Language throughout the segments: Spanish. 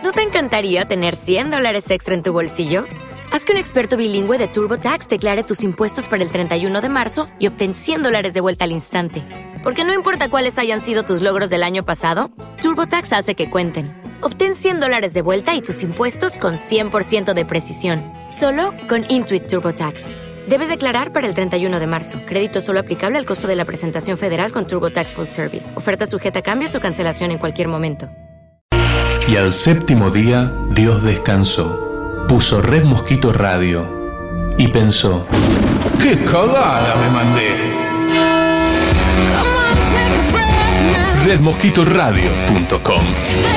¿No te encantaría tener $100 extra en tu bolsillo? Haz que un experto bilingüe de TurboTax declare tus impuestos para el 31 de marzo y obtén $100 de vuelta al instante. Porque no importa cuáles hayan sido tus logros del año pasado, TurboTax hace que cuenten. Obtén $100 de vuelta y tus impuestos con 100% de precisión. Solo con Intuit TurboTax. Debes declarar para el 31 de marzo. Crédito solo aplicable al costo de la presentación federal con TurboTax Full Service. Oferta sujeta a cambios o cancelación en cualquier momento. Y al séptimo día, Dios descansó. Puso Red Mosquito Radio y pensó: ¡qué cagada me mandé! redmosquitoradio.com.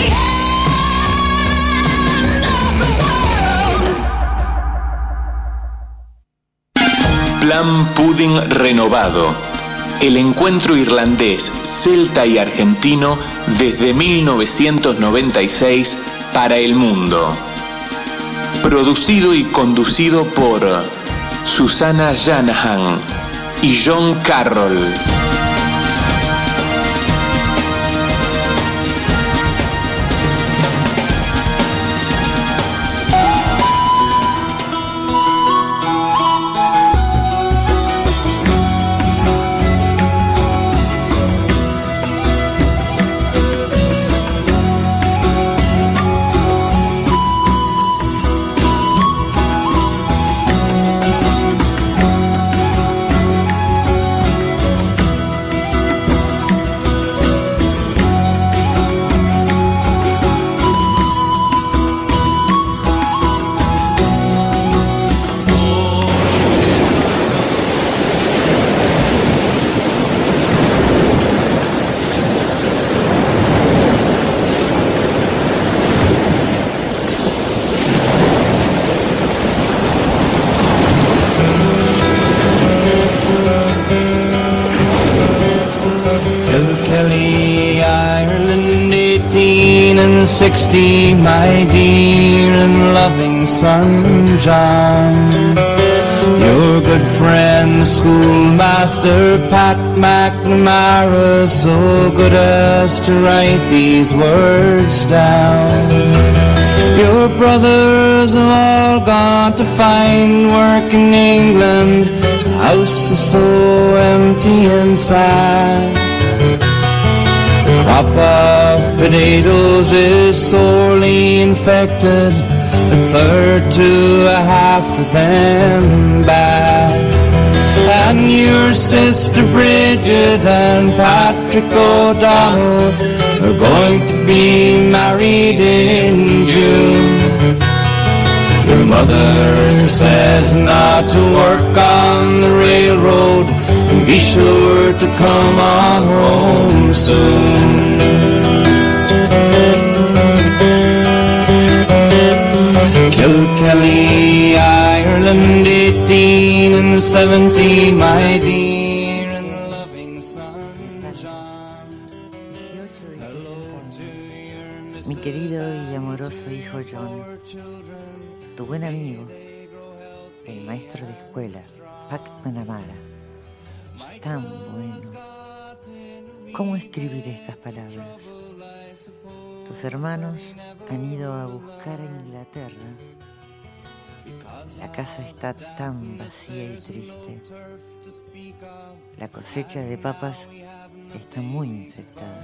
Plan Pudding renovado. El encuentro irlandés, celta y argentino desde 1996 para el mundo. Producido y conducido por Susana Shanahan y John Carroll. Kilkelly, Ireland, 1860, my dear and loving son John. Your good friend, schoolmaster Pat McNamara, so good as to write these words down. Your brothers have all gone to find work in England. The house is so empty and sad. The crop of potatoes is sorely infected, a third to a half of them bad. And your sister Bridget and Patrick O'Donnell are going to be married in June. Your mother says not to work on the railroad, and be sure to come on home soon. Kilkelly, Ireland, 1870, my dear and loving son John. Hello to your Mi querido y amoroso hijo John, tu buen amigo, el maestro de escuela, Pat McNamara, es tan bueno. ¿Cómo escribir estas palabras? Tus hermanos han ido a buscar a Inglaterra. La casa está tan vacía y triste. La cosecha de papas está muy infectada.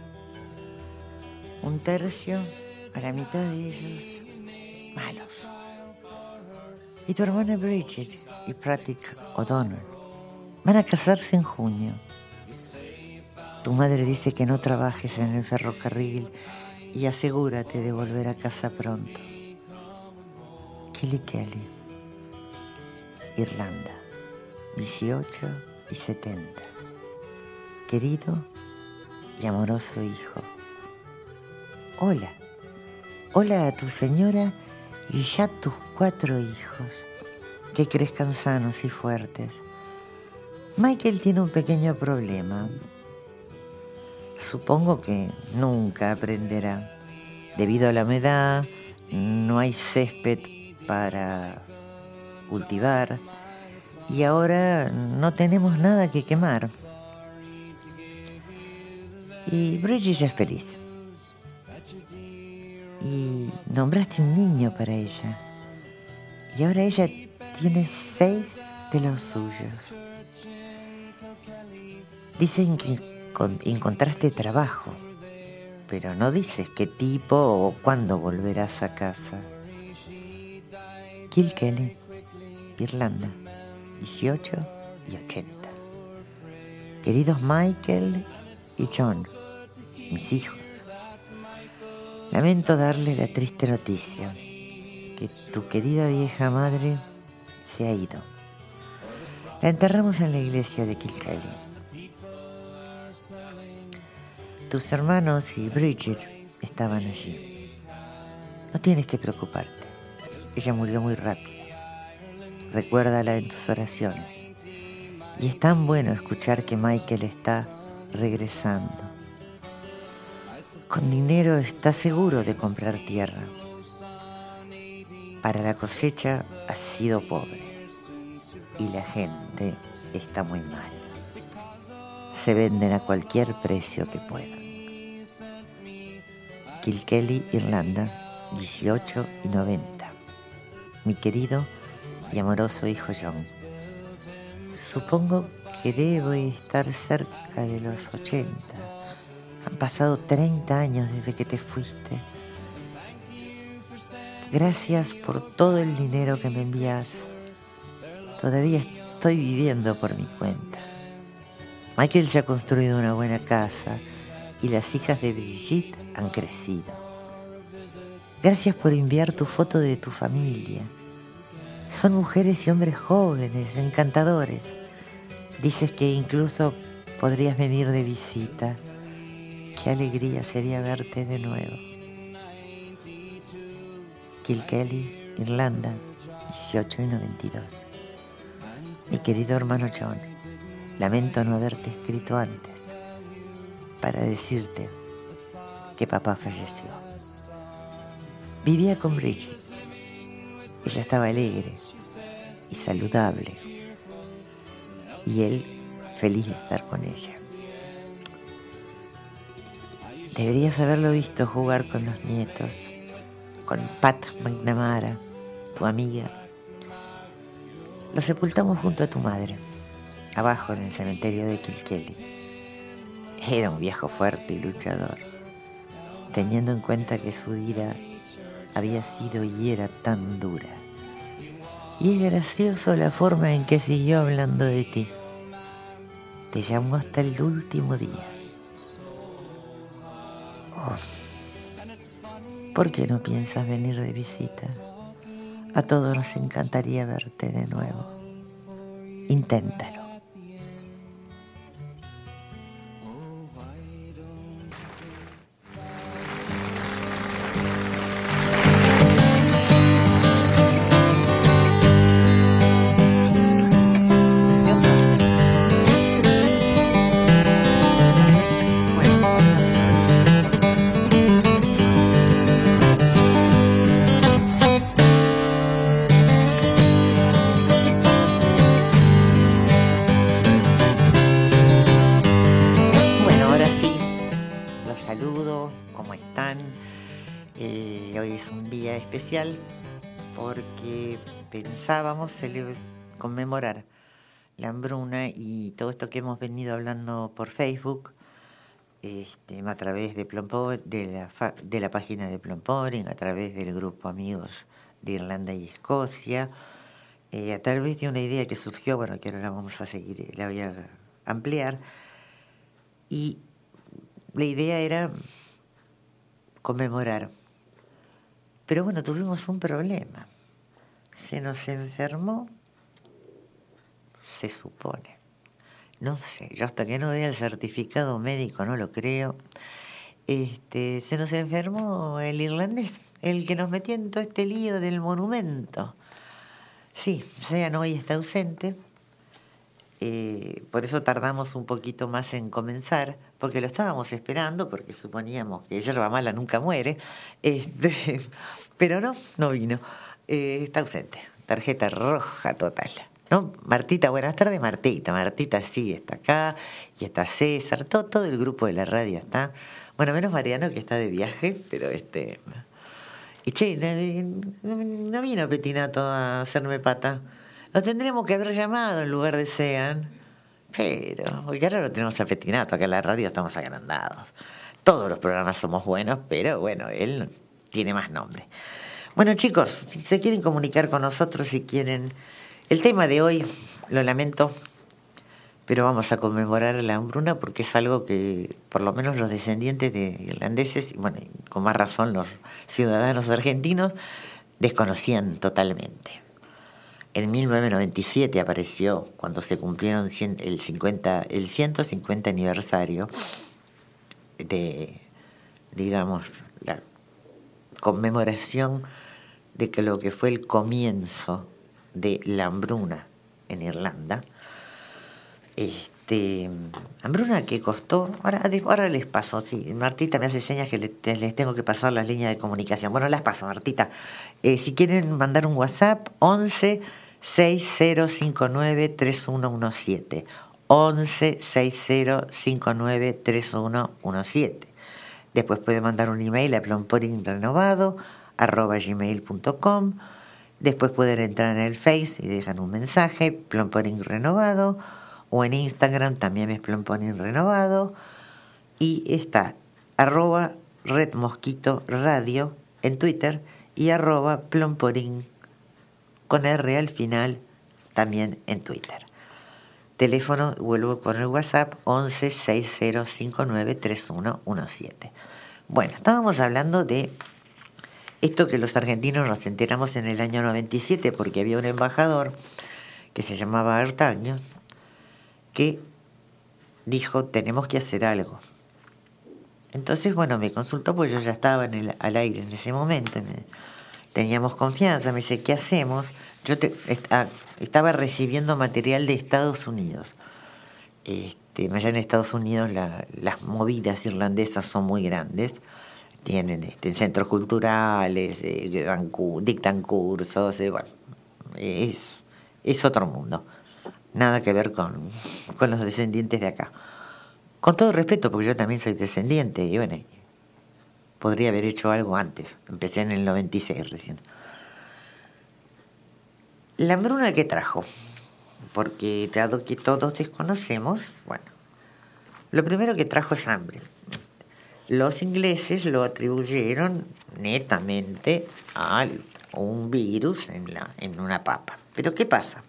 Un tercio a la mitad de ellos malos. Y tu hermana Bridget y Patrick O'Donnell van a casarse en junio. Tu madre dice que no trabajes en el ferrocarril y asegúrate de volver a casa pronto. Kilkelly, Irlanda, 18 y 70. Querido y amoroso hijo. Hola. Hola a tu señora y ya tus 4 hijos, que crezcan sanos y fuertes. Michael tiene un pequeño problema. Supongo que nunca aprenderá. Debido a la humedad, no hay césped para cultivar y ahora no tenemos nada que quemar. Y Bridget es feliz. y nombraste un niño para ella. Y ahora ella tiene 6 de los suyos. Dicen que encontraste trabajo, pero no dices qué tipo o cuándo volverás a casa. Kilkelly, Irlanda, 18 y 80. Queridos Michael y John, mis hijos, lamento darle la triste noticia que tu querida vieja madre se ha ido. La enterramos en la iglesia de Kilkelly. Tus hermanos y Bridget estaban allí. No tienes que preocuparte. Ella murió muy rápido. Recuérdala en tus oraciones. Y es tan bueno escuchar que Michael está regresando. Con dinero está seguro de comprar tierra. Para la cosecha ha sido pobre. Y la gente está muy mal. Se venden a cualquier precio que puedan. Kilkelly, Irlanda, 18 y 90. Mi querido y amoroso hijo John. Supongo que debo estar cerca de los 80. Han pasado 30 años desde que te fuiste. Gracias por todo el dinero que me envías. Todavía estoy viviendo por mi cuenta. Michael se ha construido una buena casa y las hijas de Brigitte han crecido. Gracias por enviar tu foto de tu familia. Son mujeres y hombres jóvenes, encantadores. Dices que incluso podrías venir de visita. Qué alegría sería verte de nuevo. Kilkelly, Irlanda, 18 y 92. Mi querido hermano John, lamento no haberte escrito antes para decirte que papá falleció. Vivía con Bridget. Ella estaba alegre y saludable y él feliz de estar con ella. Deberías haberlo visto jugar con los nietos, con Pat McNamara, tu amiga. Lo sepultamos junto a tu madre, abajo en el cementerio de Kilkelly. Era un viejo fuerte y luchador, teniendo en cuenta que su vida había sido y era tan dura. Y es gracioso la forma en que siguió hablando de ti. Te llamó hasta el último día. Oh, ¿por qué no piensas venir de visita? A todos nos encantaría verte de nuevo. Inténtalo. Porque pensábamos conmemorar la hambruna y todo esto que hemos venido hablando por Facebook, a través de la página de Plomporing, a través del grupo Amigos de Irlanda y Escocia, a través de una idea que surgió, bueno, que ahora la vamos a seguir, la voy a ampliar, y la idea era conmemorar. Pero bueno, tuvimos un problema. Se nos enfermó, se supone. No sé, yo hasta que no vea el certificado médico no lo creo. Se nos enfermó el irlandés, el que nos metió en todo este lío del monumento. Sí, Sean hoy está ausente. Por eso tardamos un poquito más en comenzar, porque lo estábamos esperando, porque suponíamos que yerba mala nunca muere, pero no vino, está ausente, tarjeta roja total, ¿no? Martita, buenas tardes, Martita sí está acá, y está César, todo el grupo de la radio está, bueno, menos Mariano que está de viaje, pero Y che, no vino Petinato a hacerme pata. Lo tendríamos que haber llamado en lugar de Sean. Pero, porque ahora lo tenemos a Petinato, acá en la radio estamos agrandados. Todos los programas somos buenos, pero bueno, él tiene más nombre. Bueno, chicos, si se quieren comunicar con nosotros, si quieren... El tema de hoy, lo lamento, pero vamos a conmemorar la hambruna porque es algo que por lo menos los descendientes de irlandeses, y bueno, con más razón los ciudadanos argentinos, desconocían totalmente. En 1997 apareció, cuando se cumplieron el 150 aniversario de, digamos, la conmemoración de que lo que fue el comienzo de la hambruna en Irlanda. Hambruna que costó, ahora les paso, sí, Martita me hace señas que les tengo que pasar las líneas de comunicación. Bueno, las paso, Martita. Si quieren mandar un WhatsApp, 11 6059 3117. 11 6059 3117. Después pueden mandar un email a plomporingrenovado@gmail.com. Después pueden entrar en el Face y dejan un mensaje, Plomporing Renovado. O en Instagram también es Plomporing Renovado. Y está @Red Mosquito Radio en Twitter y @Plomporing con R al final también en Twitter. Teléfono, vuelvo con el WhatsApp, 11 6059 3117. Bueno, estábamos hablando de esto que los argentinos nos enteramos en el año 97 porque había un embajador que se llamaba Artaño que dijo, tenemos que hacer algo. Entonces, bueno, me consultó porque yo ya estaba al aire en ese momento. Teníamos confianza, me dice, ¿qué hacemos? Yo estaba recibiendo material de Estados Unidos. Allá en Estados Unidos las movidas irlandesas son muy grandes. Tienen centros culturales, dictan cursos, bueno, es otro mundo. Nada que ver con los descendientes de acá. Con todo respeto, porque yo también soy descendiente, y bueno, podría haber hecho algo antes. Empecé en el 96 recién. La hambruna que trajo, porque dado que todos desconocemos, bueno, lo primero que trajo es hambre. Los ingleses lo atribuyeron netamente a un virus en una papa. Pero ¿qué pasa?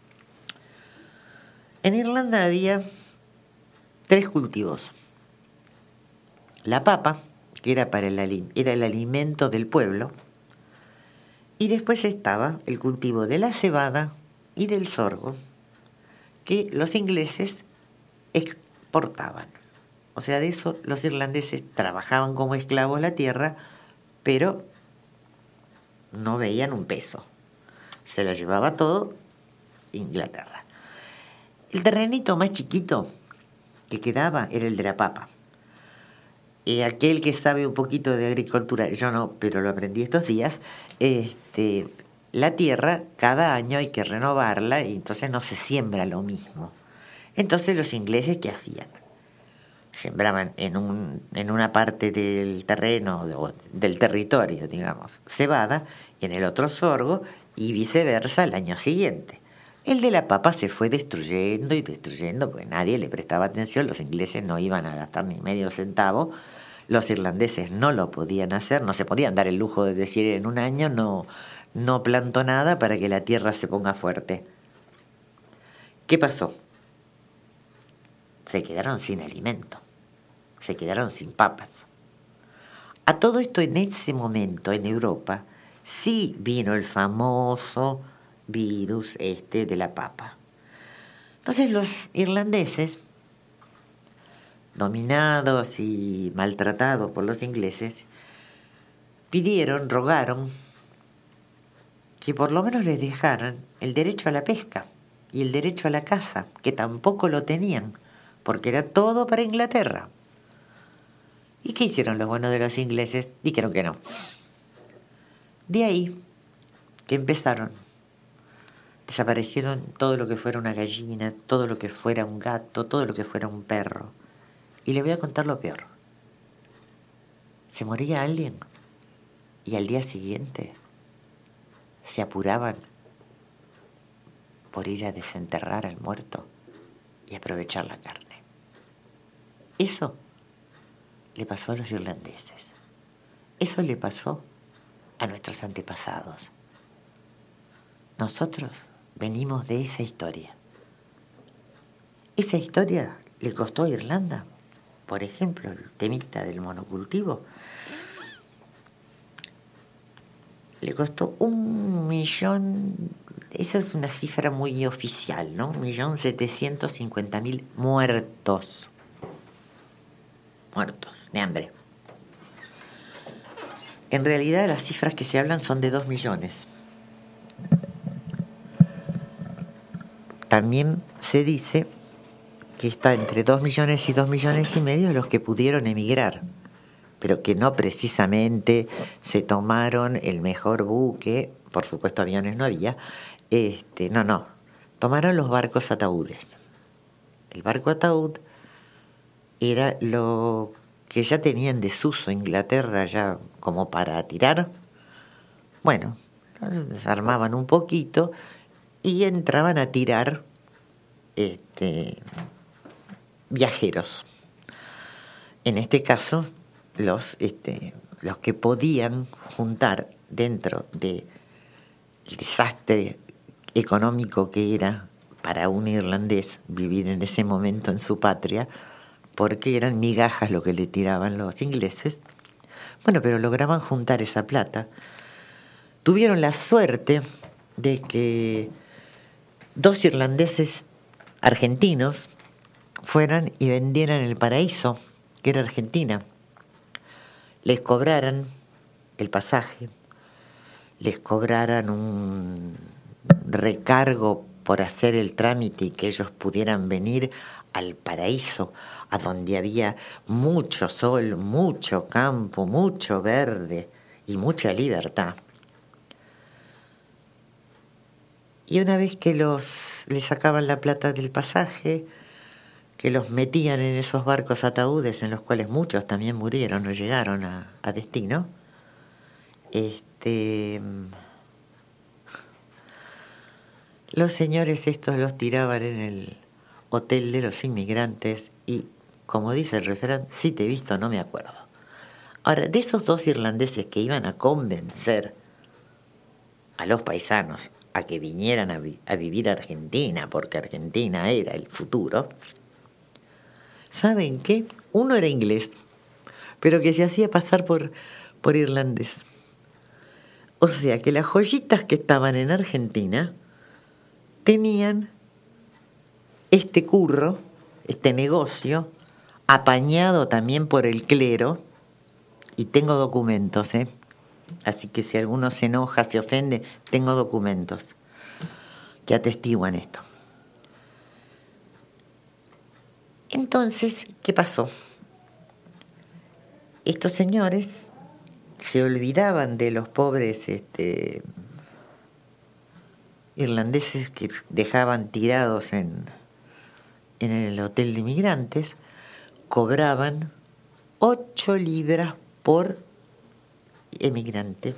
En Irlanda había 3 cultivos. La papa, que era era el alimento del pueblo, y después estaba el cultivo de la cebada y del sorgo, que los ingleses exportaban. O sea, de eso los irlandeses trabajaban como esclavos la tierra, pero no veían un peso. Se lo llevaba todo Inglaterra. El terrenito más chiquito que quedaba era el de la papa. Aquel que sabe un poquito de agricultura, yo no, pero lo aprendí estos días, la tierra cada año hay que renovarla y entonces no se siembra lo mismo. Entonces los ingleses, ¿qué hacían? Sembraban en una parte del terreno, del territorio, digamos, cebada, y en el otro sorgo, y viceversa el año siguiente. El de la papa se fue destruyendo y destruyendo, porque nadie le prestaba atención, los ingleses no iban a gastar ni medio centavo, los irlandeses no lo podían hacer, no se podían dar el lujo de decir en un año no planto nada para que la tierra se ponga fuerte. ¿Qué pasó? Se quedaron sin alimento, se quedaron sin papas. A todo esto en ese momento en Europa sí vino el famoso virus de la papa. Entonces los irlandeses, dominados y maltratados por los ingleses, rogaron que por lo menos les dejaran el derecho a la pesca y el derecho a la caza, que tampoco lo tenían, porque era todo para Inglaterra. ¿Y qué hicieron los buenos de los ingleses? Dijeron que no. De ahí que desaparecieron todo lo que fuera una gallina, todo lo que fuera un gato, todo lo que fuera un perro. Y les voy a contar lo peor. ¿Se moría alguien? y al día siguiente se apuraban por ir a desenterrar al muerto y aprovechar la carne. Eso le pasó a los irlandeses. Eso le pasó a nuestros antepasados. Nosotros venimos de esa historia. Esa historia le costó a Irlanda, por ejemplo, el temita del monocultivo, le costó 1 millón, esa es una cifra muy oficial, ¿no? 1.750.000 muertos. Muertos, de hambre. En realidad las cifras que se hablan son de 2 millones. También se dice que está entre 2 millones y 2 millones y medio los que pudieron emigrar, pero que no precisamente se tomaron el mejor buque, por supuesto aviones no había, no, tomaron los barcos ataúdes. El barco ataúd era lo que ya tenían en desuso Inglaterra ya como para tirar. Bueno, armaban un poquito y entraban a tirar viajeros. En este caso, los que podían juntar dentro del desastre económico que era para un irlandés vivir en ese momento en su patria, porque eran migajas lo que le tiraban los ingleses. Bueno, pero lograban juntar esa plata. Tuvieron la suerte de que 2 irlandeses argentinos fueran y vendieran el paraíso, que era Argentina. Les cobraran el pasaje, les cobraran un recargo por hacer el trámite y que ellos pudieran venir al paraíso, a donde había mucho sol, mucho campo, mucho verde y mucha libertad. Y una vez que les sacaban la plata del pasaje, que los metían en esos barcos ataúdes en los cuales muchos también murieron, no llegaron a destino, los señores estos los tiraban en el hotel de los inmigrantes y, como dice el refrán, si te he visto no me acuerdo. Ahora, de esos 2 irlandeses que iban a convencer a los paisanos a que vinieran a vivir a Argentina, porque Argentina era el futuro, ¿saben qué? Uno era inglés, pero que se hacía pasar por irlandés. O sea que las joyitas que estaban en Argentina tenían este curro, este negocio, apañado también por el clero, y tengo documentos, así que si alguno se enoja, se ofende, tengo documentos que atestiguan esto. Entonces, ¿qué pasó? Estos señores se olvidaban de los pobres irlandeses que dejaban tirados en el hotel de inmigrantes, cobraban 8 libras por emigrante.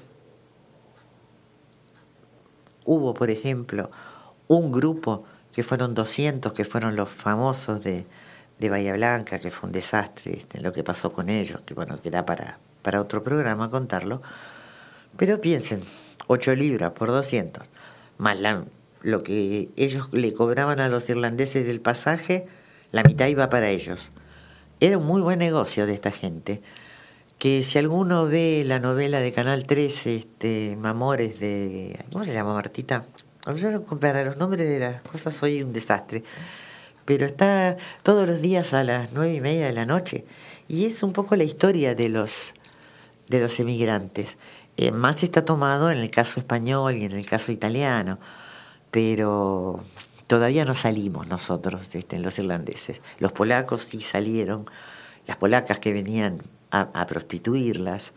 Hubo, por ejemplo, un grupo que fueron 200, que fueron los famosos de Bahía Blanca, que fue un desastre lo que pasó con ellos, que bueno, que da para otro programa contarlo. Pero piensen, 8 libras por 200, más lo que ellos le cobraban a los irlandeses del pasaje, la mitad iba para ellos. Era un muy buen negocio de esta gente, que si alguno ve la novela de Canal 13, Mamores de... ¿Cómo se llama, Martita? Yo para los nombres de las cosas soy un desastre, pero está todos los días a las 9:30 de la noche, y es un poco la historia de los emigrantes. Más está tomado en el caso español y en el caso italiano, pero todavía no salimos nosotros, los irlandeses. Los polacos sí salieron, las polacas que venían a prostituirlas,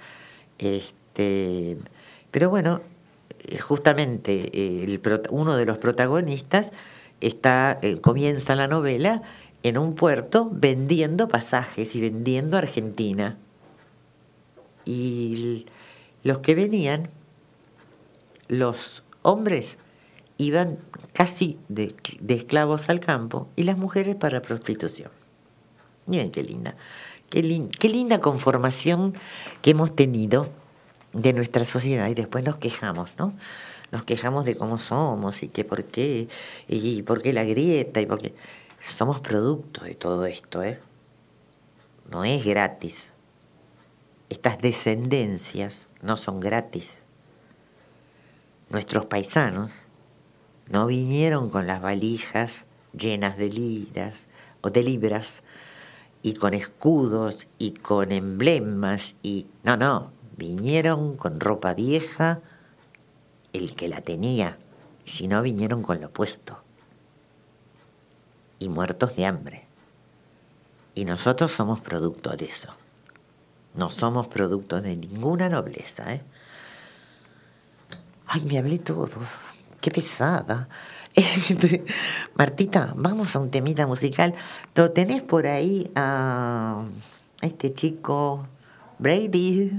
pero bueno, justamente uno de los protagonistas comienza la novela en un puerto vendiendo pasajes y vendiendo Argentina. Y los que venían, los hombres iban casi de esclavos al campo y las mujeres para prostitución. Miren qué linda, qué linda conformación que hemos tenido de nuestra sociedad, y después nos quejamos, ¿no? Nos quejamos de cómo somos y que por qué la grieta y por qué. Somos producto de todo esto, ¿eh? No es gratis. Estas descendencias no son gratis. Nuestros paisanos no vinieron con las valijas llenas de libras o de libras y con escudos y con emblemas y no, vinieron con ropa vieja el que la tenía, si no vinieron con lo opuesto y muertos de hambre. Y nosotros somos producto de eso. No somos producto de ninguna nobleza, ¿eh? Ay, me hablé todo. Qué pesada. Martita, vamos a un temita musical. ¿Lo tenés por ahí a este chico Brady?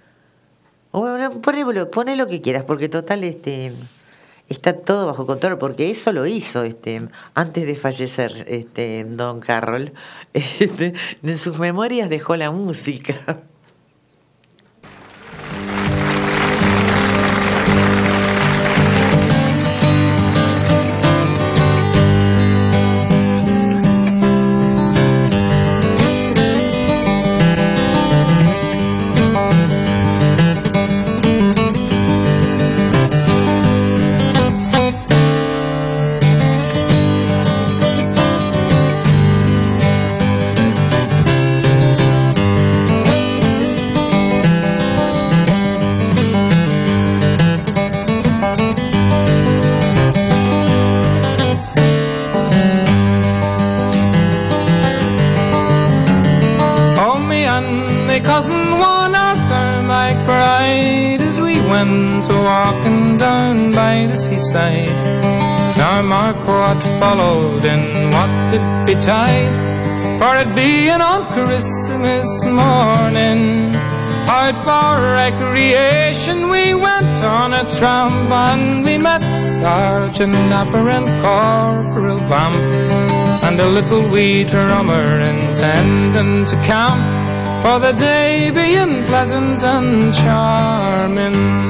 Poné lo que quieras, porque total está todo bajo control, porque eso lo hizo antes de fallecer Don Carroll. En sus memorias dejó la música. Cousin One Arthur, I cried as we went a-walking down by the seaside. Now mark what followed and what did betide, for it being on Christmas morning. Out for recreation we went on a tramp, and we met Sergeant Napper and Corporal Vamp, and a little wee drummer intending to camp, for the day being pleasant and charming.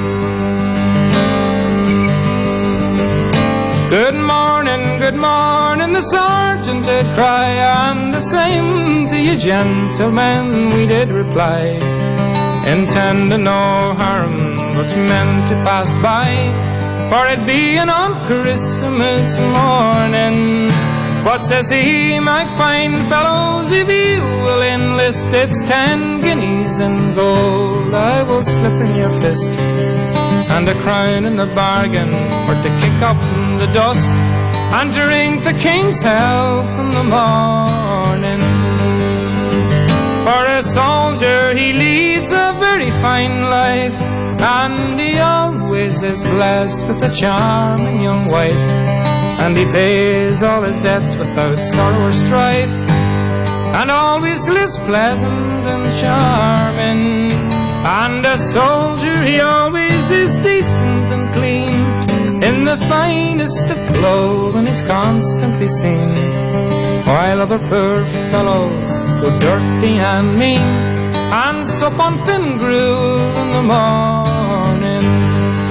Good morning, the sergeant did cry, and the same to you gentlemen we did reply, intending no harm but meant to pass by, for it being on Christmas morning. What says he, my fine fellows, if you will enlist, it's 10 guineas in gold I will slip in your fist, and a crown in the bargain for to kick up the dust and drink the king's health in the morning. For a soldier he leads a very fine life, and he always is blessed with a charming young wife, and he pays all his debts without sorrow or strife, and always lives pleasant and charming. And a soldier he always is decent and clean, in the finest of clothing he's constantly seen, while other poor fellows go dirty and mean, and sup on thin gruel in the morning.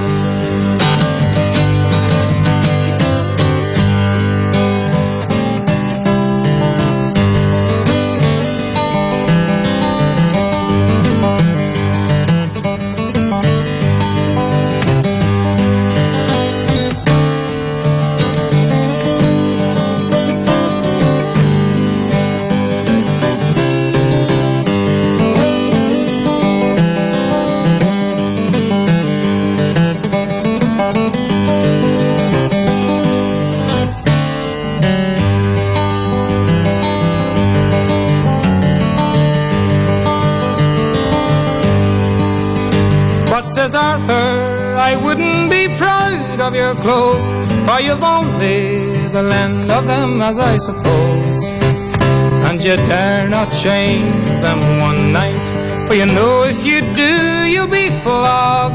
Says Arthur, I wouldn't be proud of your clothes, for you've only the lend of them, as I suppose, and you dare not change them one night, for you know if you do, you'll be full of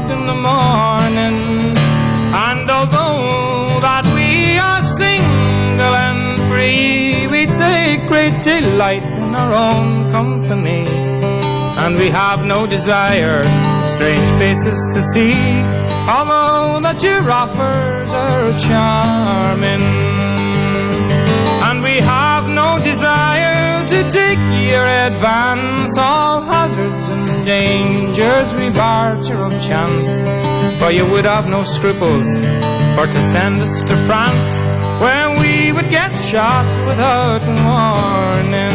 morning. And although that we are single and free, we take great delight in our own company. And we have no desire strange faces to see, although that your offers are charming. And we have no desire to take your advance. All hazards and dangers we bar to your own chance. For you would have no scruples for to send us to France, where we would get shot without warning.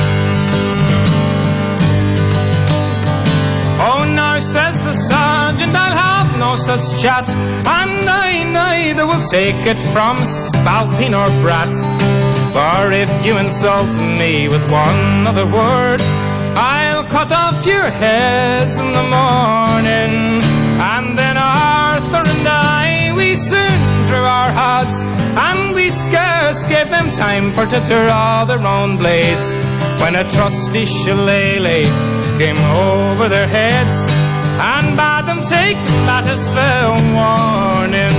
Oh, now says the sergeant, I'll have no such chat, and I neither will take it from spalpeen or brat. For if you insult me with one other word, I'll cut off your heads in the morning. And then Arthur and I, we soon drew our heads, and we scarce gave them time for to draw their own blades, when a trusty shillelagh came over their heads and bade them take that as fair warning.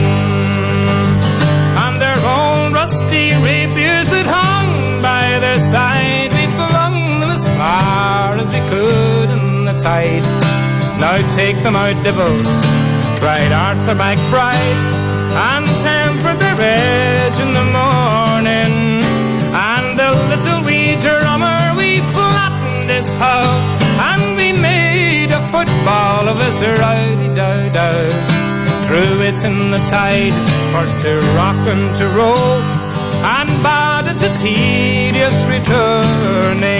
And their old rusty rapiers that hung by their side, we flung them as far as we could in the tide. Now take them out, devils, cried Arthur MacBride, and temper their edge in the morning. And the little wee drummer, we flattened his pow, and we made a football of his rowdy-dow-dow. Threw it in the tide for to rock and to roll, and bade it a tedious returning.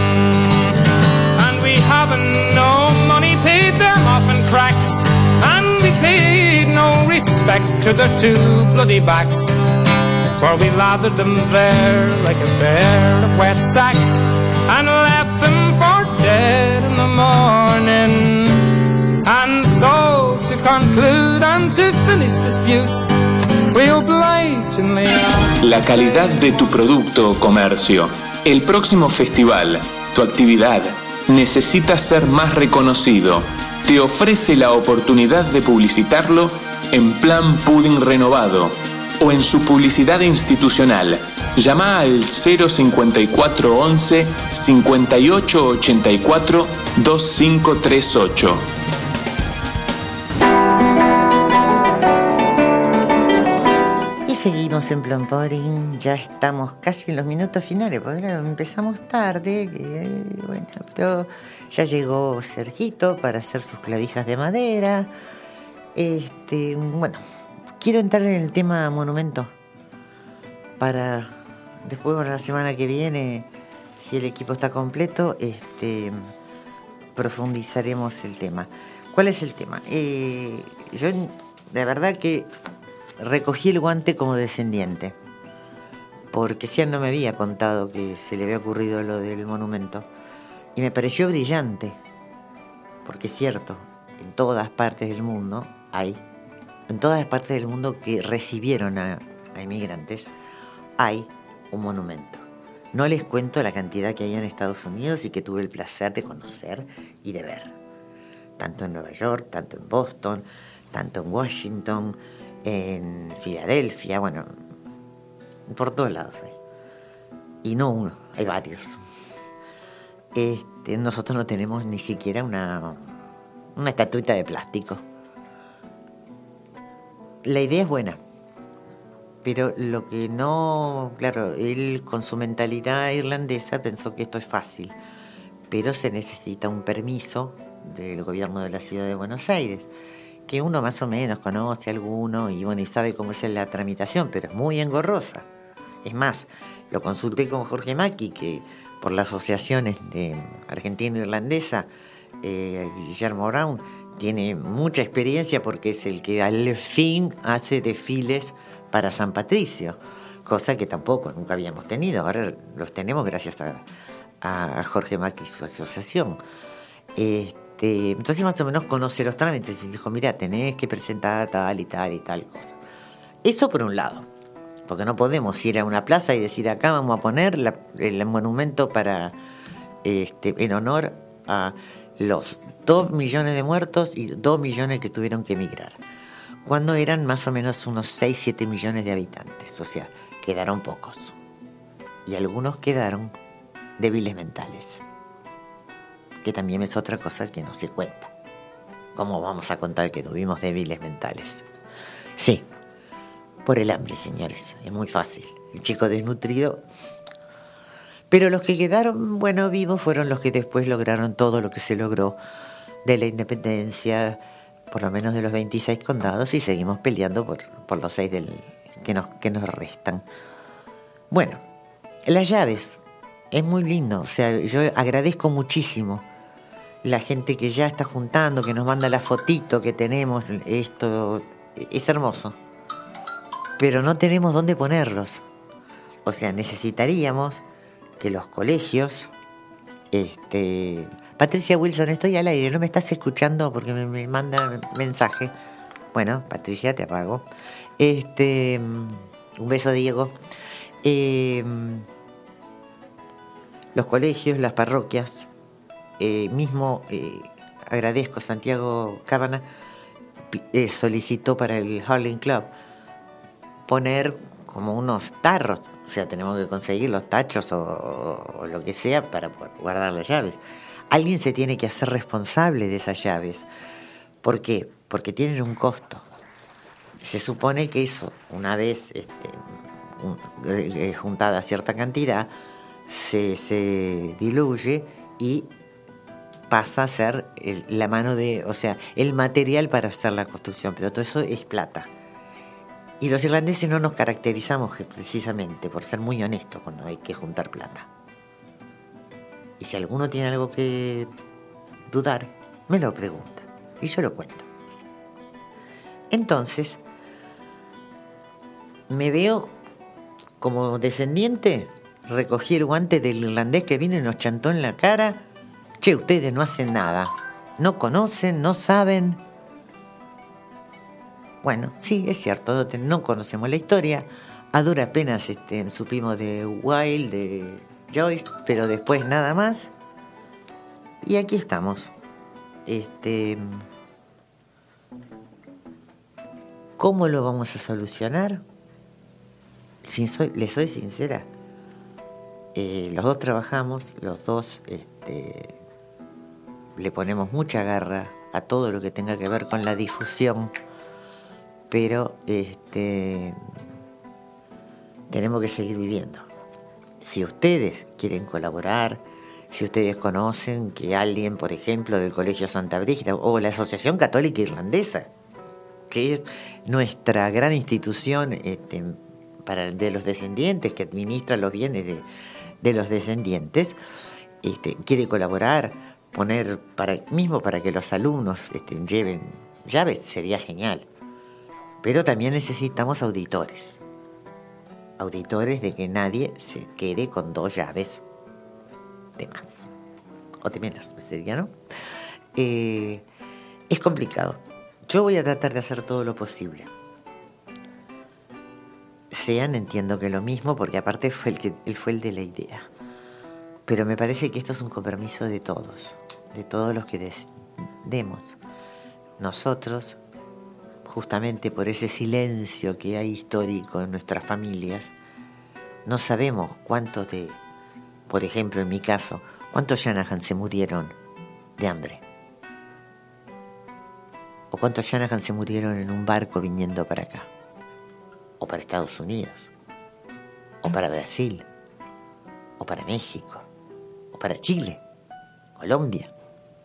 And we haven't no money, paid them off in cracks, and we paid no respect to their two bloody backs. For we lathered them there like a pair of wet sacks, and left them for dead in the morning. And so, to conclude and to finish disputes, we obligingly... La calidad de tu producto o comercio, el próximo festival, tu actividad, necesita ser más reconocido. Te ofrece la oportunidad de publicitarlo en Plan Pudding Renovado o en su publicidad institucional. Llama al 05411 5884 2538. Y seguimos en Plan Pudding, ya estamos casi en los minutos finales, porque claro, empezamos tarde, bueno, pero ya llegó Sergito para hacer sus clavijas de madera. Bueno, quiero entrar en el tema monumento para después, para la semana que viene, si el equipo está completo, profundizaremos el tema. ¿Cuál es el tema? Yo, de verdad que recogí el guante como descendiente, porque Cian no me había contado que se le había ocurrido lo del monumento, y me pareció brillante, porque es cierto, en todas partes del mundo en todas partes del mundo que recibieron a inmigrantes, hay un monumento. No les cuento la cantidad que hay en Estados Unidos y que tuve el placer de conocer y de ver. Tanto en Nueva York, tanto en Boston, tanto en Washington, en Filadelfia, bueno, por todos lados hay. Y no uno, hay varios. Nosotros no tenemos ni siquiera una estatuita de plástico. La idea es buena, pero lo que no... Claro, él con su mentalidad irlandesa pensó que esto es fácil, pero se necesita un permiso del gobierno de la ciudad de Buenos Aires, que uno más o menos conoce alguno y bueno, y sabe cómo es la tramitación, pero es muy engorrosa. Es más, lo consulté con Jorge Macchi, que por la asociación argentina-irlandesa, Guillermo Brown, tiene mucha experiencia porque es el que al fin hace desfiles para San Patricio, cosa que tampoco nunca habíamos tenido. Ahora los tenemos gracias a Jorge Macchi y su asociación. Entonces más o menos conoce los trámites y dijo, mira, tenés que presentar tal y tal y tal cosa. Eso por un lado, porque no podemos ir a una plaza y decir acá vamos a poner el monumento para en honor a los 2 millones de muertos y 2 millones que tuvieron que emigrar, cuando eran más o menos unos 6-7 millones de habitantes. O sea, quedaron pocos. Y algunos quedaron débiles mentales, que también es otra cosa que no se cuenta. ¿Cómo vamos a contar que tuvimos débiles mentales? Sí, por el hambre, señores, es muy fácil. El chico desnutrido. Pero los que quedaron, bueno, vivos fueron los que después lograron todo lo que se logró de la independencia, por lo menos de los 26 condados, y seguimos peleando por los 6 que nos restan. Bueno, las llaves, es muy lindo. O sea, yo agradezco muchísimo la gente que ya está juntando, que nos manda la fotito que tenemos. Esto es hermoso, pero no tenemos dónde ponerlos. O sea, necesitaríamos que los colegios... Patricia Wilson, estoy al aire, ¿no me estás escuchando? Porque me manda mensaje. Bueno, Patricia, te apago. Un beso, Diego. Los colegios, las parroquias, agradezco, Santiago Cábana solicitó para el Harlem Club poner como unos tarros. O sea, tenemos que conseguir los tachos o lo que sea para poder guardar las llaves. Alguien se tiene que hacer responsable de esas llaves. ¿Por qué? Porque tienen un costo. Se supone que eso, una vez juntada cierta cantidad, se diluye y pasa a ser la mano o sea, el material para hacer la construcción. Pero todo eso es plata. Y los irlandeses no nos caracterizamos precisamente por ser muy honestos cuando hay que juntar plata. Y si alguno tiene algo que dudar, me lo pregunta y yo lo cuento. Entonces, me veo como descendiente, recogí el guante del irlandés que vino y nos chantó en la cara. Che, ustedes no hacen nada, no conocen, no saben. Bueno, sí, es cierto, no conocemos la historia. A duras penas supimos de Wilde, de Joyce, pero después nada más. Y aquí estamos. ¿Cómo lo vamos a solucionar? Les soy sincera. Los dos trabajamos, los dos le ponemos mucha garra a todo lo que tenga que ver con la difusión. Pero tenemos que seguir viviendo. Si ustedes quieren colaborar, si ustedes conocen que alguien, por ejemplo, del Colegio Santa Brígida o la Asociación Católica Irlandesa, que es nuestra gran institución de los descendientes, que administra los bienes de los descendientes, quiere colaborar, poner para que los alumnos lleven llaves, sería genial. Pero también necesitamos auditores de que nadie se quede con 2 llaves de más o de menos, sería, ¿no? Es complicado. Yo voy a tratar de hacer todo lo posible. Sean, entiendo que lo mismo, porque aparte él fue el de la idea. Pero me parece que esto es un compromiso de todos los que demos. Nosotros, justamente por ese silencio que hay histórico en nuestras familias, no sabemos cuántos por ejemplo en mi caso, cuántos Shanahan se murieron de hambre. O cuántos Shanahan se murieron en un barco viniendo para acá. O para Estados Unidos. O para Brasil. O para México. O para Chile. Colombia.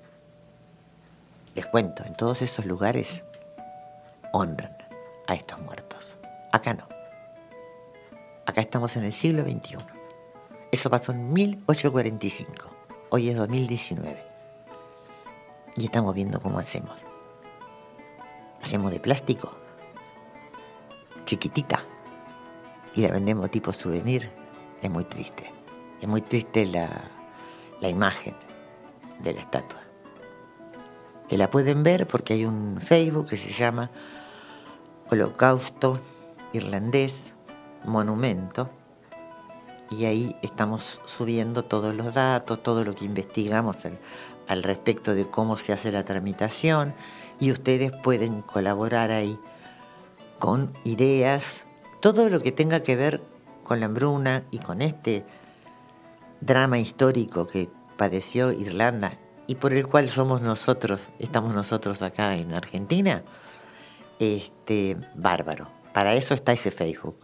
Les cuento, en todos esos lugares honran a estos muertos. Acá no. Acá estamos en el siglo XXI. Eso pasó en 1845. Hoy es 2019. Y estamos viendo cómo hacemos. Hacemos de plástico, chiquitita, y la vendemos tipo souvenir. Es muy triste. Es muy triste la imagen de la estatua. Que la pueden ver porque hay un Facebook que se llama Holocausto Irlandés Monumento, y ahí estamos subiendo todos los datos, todo lo que investigamos al respecto de cómo se hace la tramitación y ustedes pueden colaborar ahí con ideas, todo lo que tenga que ver con la hambruna y con este drama histórico que padeció Irlanda y por el cual estamos nosotros acá en Argentina, bárbaro. Para eso está ese Facebook.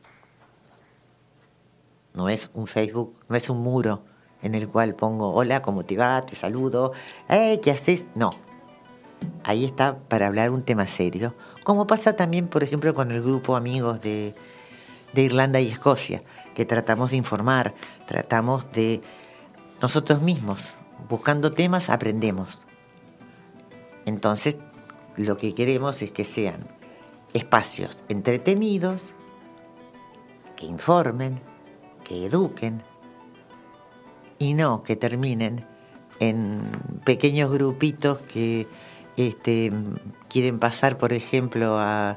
No es un Facebook, no es un muro en el cual pongo, hola, ¿cómo te va? Te saludo, ¿qué haces? No. Ahí está para hablar un tema serio, como pasa también, por ejemplo, con el grupo amigos de Irlanda y Escocia, que tratamos de informar, tratamos de nosotros mismos, buscando temas, aprendemos. Entonces, lo que queremos es que sean espacios entretenidos, que informen, que eduquen, y no que terminen en pequeños grupitos que quieren pasar, por ejemplo, a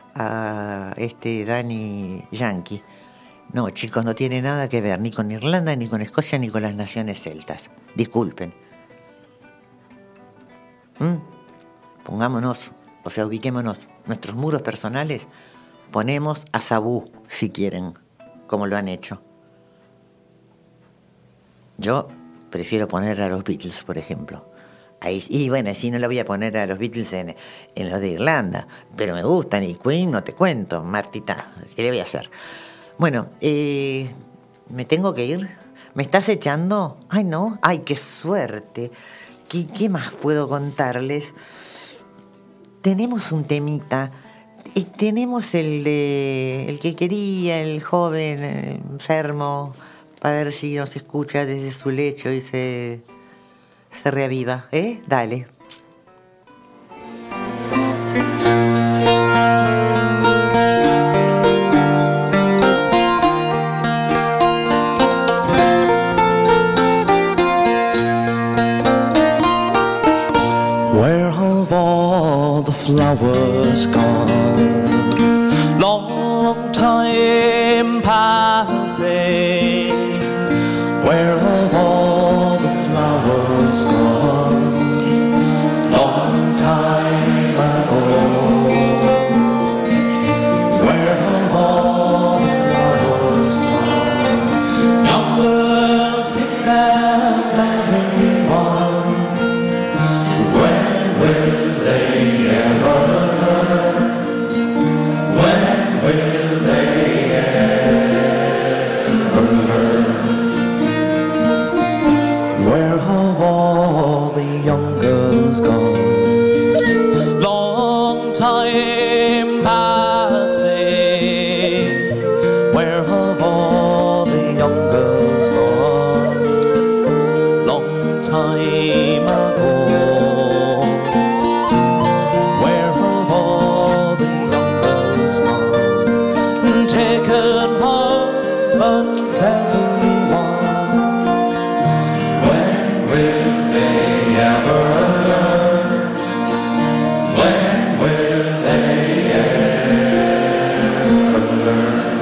Danny Yankee. No, chicos, no tiene nada que ver ni con Irlanda, ni con Escocia, ni con las naciones celtas. Disculpen. Pongámonos, ubiquémonos. Nuestros muros personales ponemos a Sabú, si quieren, como lo han hecho. Yo prefiero poner a los Beatles, por ejemplo. Ahí, y bueno, sí, no lo voy a poner a los Beatles en los de Irlanda, pero me gustan, y Queen no te cuento, Martita, ¿qué le voy a hacer? Bueno, me tengo que ir. ¿Me estás echando? Ay, no, ay, qué suerte. ¿Qué más puedo contarles? Tenemos un temita. Tenemos el que quería, el joven enfermo, para ver si nos escucha desde su lecho y se reaviva. Dale. Where have all the flowers gone? Long time passing. Where have all the flowers gone? Long time ago. Where have all the flowers gone? Young girls pick them every one. When will they ever learn? When will they ever learn? Where have all the young girls gone? Long time passing. Where have all the young girls gone? Long time ago. Where have all the young girls gone? Taken husbands everyone. When will they ever learn? When will they ever learn?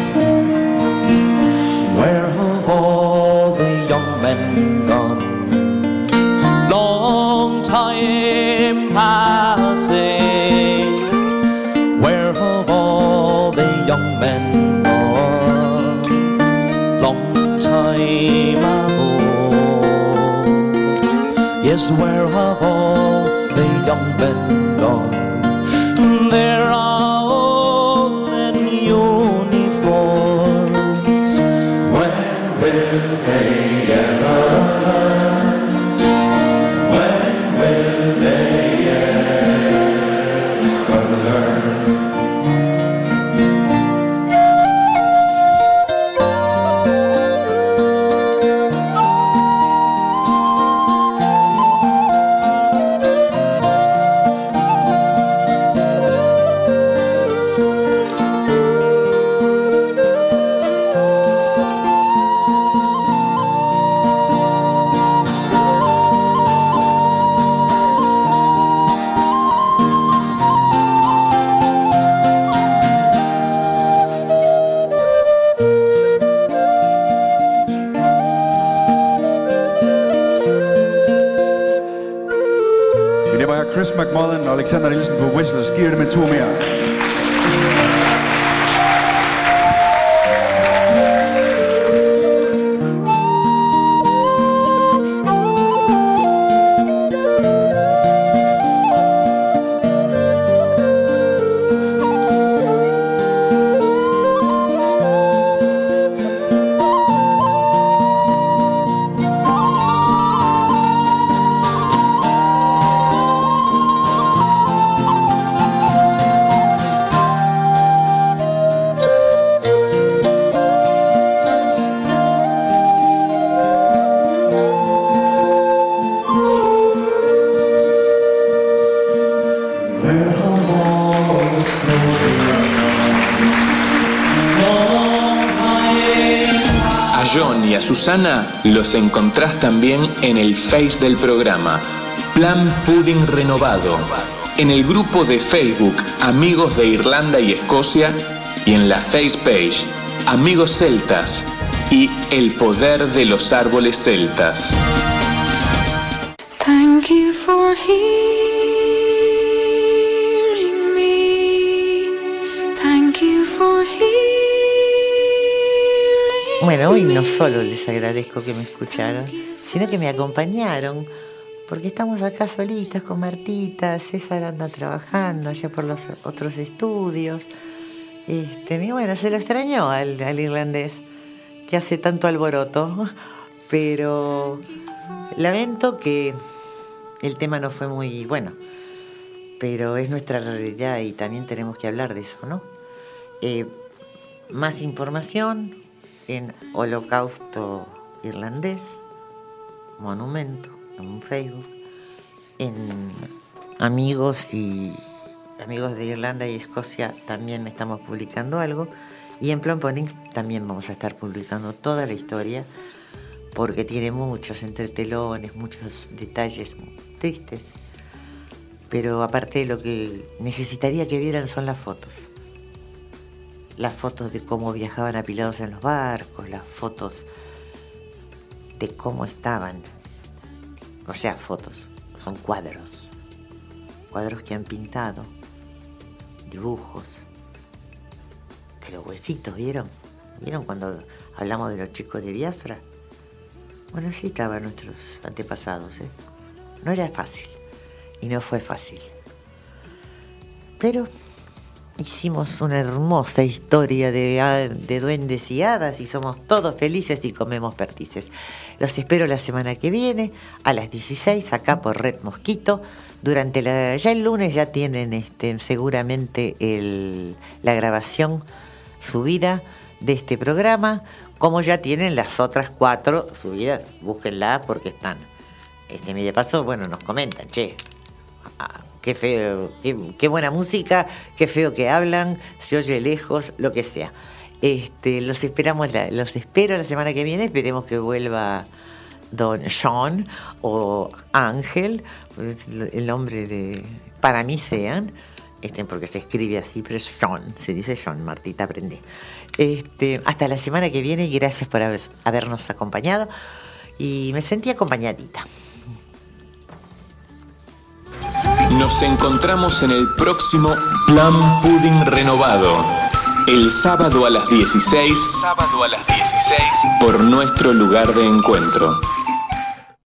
Where have all the young men gone? Long time passing. Where have all the young men gone? Long time ago. Yes, where have all the young men gone? They're all in uniforms. When will they ever learn? When will they ever learn? Alexander Nielsen på Whistles. Giver dem en tur mere. Susana los encontrás también en el Face del programa, Plan Pudding Renovado, en el grupo de Facebook Amigos de Irlanda y Escocia y en la Face Page Amigos Celtas y El Poder de los Árboles Celtas. Thank you for hearing me. Thank you for hearing. Bueno, hoy no solo les agradezco que me escucharon, sino que me acompañaron, porque estamos acá solitas con Martita. César anda trabajando allá por los otros estudios. Y bueno, se lo extrañó al irlandés, que hace tanto alboroto, pero lamento que el tema no fue muy bueno, pero es nuestra realidad y también tenemos que hablar de eso, ¿no? Más información en Holocausto Irlandés, Monumento, en Facebook, en Amigos de Irlanda y Escocia también estamos publicando algo, y en Plan Pudding también vamos a estar publicando toda la historia, porque tiene muchos entretelones, muchos detalles tristes, pero aparte lo que necesitaría que vieran son las fotos de cómo viajaban apilados en los barcos, las fotos de cómo estaban, o sea, fotos, son cuadros que han pintado, dibujos de los huesitos, ¿vieron cuando hablamos de los chicos de Biafra? Bueno, así estaban nuestros antepasados, No era fácil, y no fue fácil, pero hicimos una hermosa historia de duendes y hadas y somos todos felices y comemos perdices. Los espero la semana que viene a las 16 acá por Red Mosquito. Ya el lunes ya tienen seguramente la grabación subida de este programa, como ya tienen las otras 4 subidas. Búsquenla porque están. Y de paso, bueno, nos comentan, qué feo, qué buena música, qué feo que hablan, se oye lejos, lo que sea. Los espero la semana que viene. Esperemos que vuelva Don Sean o Ángel, el nombre para mí sean, porque se escribe así, pero es Sean, se dice Sean. Martita, aprende. Hasta la semana que viene y gracias por habernos acompañado, y me sentí acompañadita. Nos encontramos en el próximo Plan Pudding Renovado, el sábado a las 16, por nuestro lugar de encuentro.